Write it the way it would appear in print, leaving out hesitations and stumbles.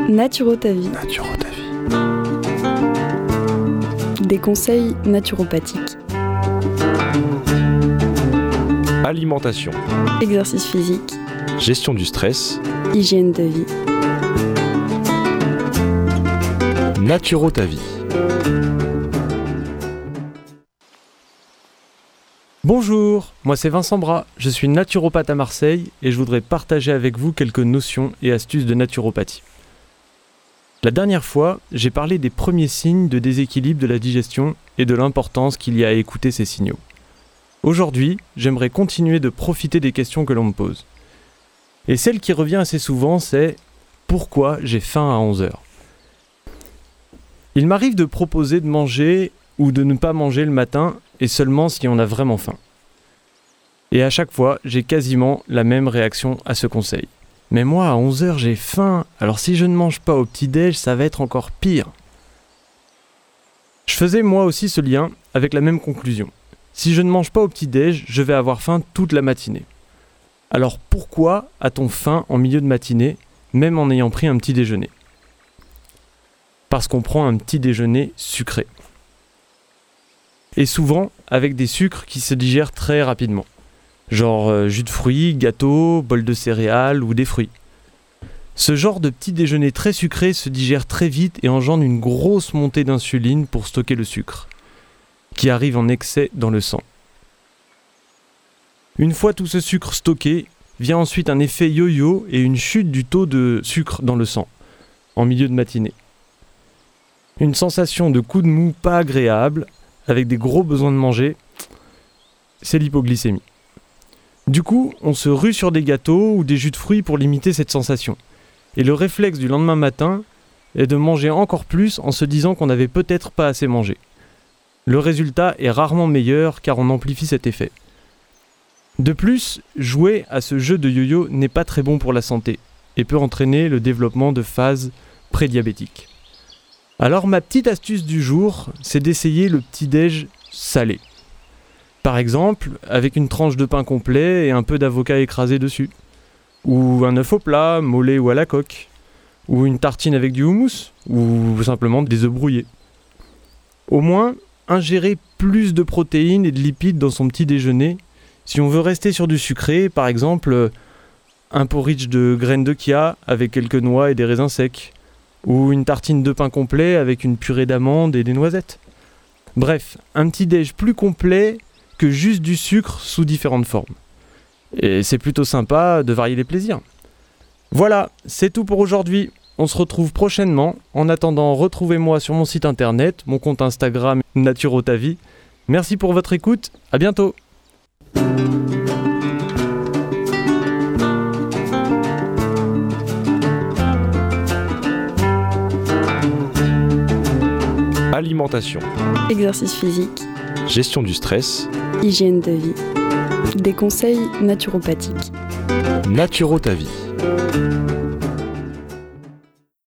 Naturo ta vie. Naturo ta vie. Des conseils naturopathiques. Alimentation. Exercice physique. Gestion du stress. Hygiène de vie. Naturo ta vie. Bonjour, moi c'est Vincent Bras, je suis naturopathe à Marseille et je voudrais partager avec vous quelques notions et astuces de naturopathie. La dernière fois, j'ai parlé des premiers signes de déséquilibre de la digestion et de l'importance qu'il y a à écouter ces signaux. Aujourd'hui, j'aimerais continuer de profiter des questions que l'on me pose. Et celle qui revient assez souvent, c'est « Pourquoi j'ai faim à 11h ?» Il m'arrive de proposer de manger ou de ne pas manger le matin et seulement si on a vraiment faim. Et à chaque fois, j'ai quasiment la même réaction à ce conseil. Mais moi, à 11h, j'ai faim, alors si je ne mange pas au petit-déj, ça va être encore pire. Je faisais moi aussi ce lien avec la même conclusion. Si je ne mange pas au petit-déj, je vais avoir faim toute la matinée. Alors pourquoi a-t-on faim en milieu de matinée, même en ayant pris un petit déjeuner ? Parce qu'on prend un petit déjeuner sucré. Et souvent avec des sucres qui se digèrent très rapidement. Genre jus de fruits, gâteau, bol de céréales ou des fruits. Ce genre de petit déjeuner très sucré se digère très vite et engendre une grosse montée d'insuline pour stocker le sucre, qui arrive en excès dans le sang. Une fois tout ce sucre stocké, vient ensuite un effet yo-yo et une chute du taux de sucre dans le sang, en milieu de matinée. Une sensation de coup de mou pas agréable, avec des gros besoins de manger, c'est l'hypoglycémie. Du coup, on se rue sur des gâteaux ou des jus de fruits pour limiter cette sensation. Et le réflexe du lendemain matin est de manger encore plus en se disant qu'on n'avait peut-être pas assez mangé. Le résultat est rarement meilleur car on amplifie cet effet. De plus, jouer à ce jeu de yo-yo n'est pas très bon pour la santé et peut entraîner le développement de phases prédiabétiques. Alors ma petite astuce du jour, c'est d'essayer le petit-déj salé. Par exemple, avec une tranche de pain complet et un peu d'avocat écrasé dessus. Ou un œuf au plat, mollet ou à la coque. Ou une tartine avec du houmous, ou simplement des œufs brouillés. Au moins, ingérer plus de protéines et de lipides dans son petit déjeuner. Si on veut rester sur du sucré, par exemple, un porridge de graines de chia avec quelques noix et des raisins secs. Ou une tartine de pain complet avec une purée d'amandes et des noisettes. Bref, un petit déj plus complet que juste du sucre sous différentes formes. Et c'est plutôt sympa de varier les plaisirs. Voilà, c'est tout pour aujourd'hui. On se retrouve prochainement. En attendant, retrouvez-moi sur mon site internet, mon compte Instagram Naturo ta vie. Merci pour votre écoute, à bientôt. Alimentation. Exercice physique. Gestion du stress. Hygiène de vie. Des conseils naturopathiques. Naturo ta vie.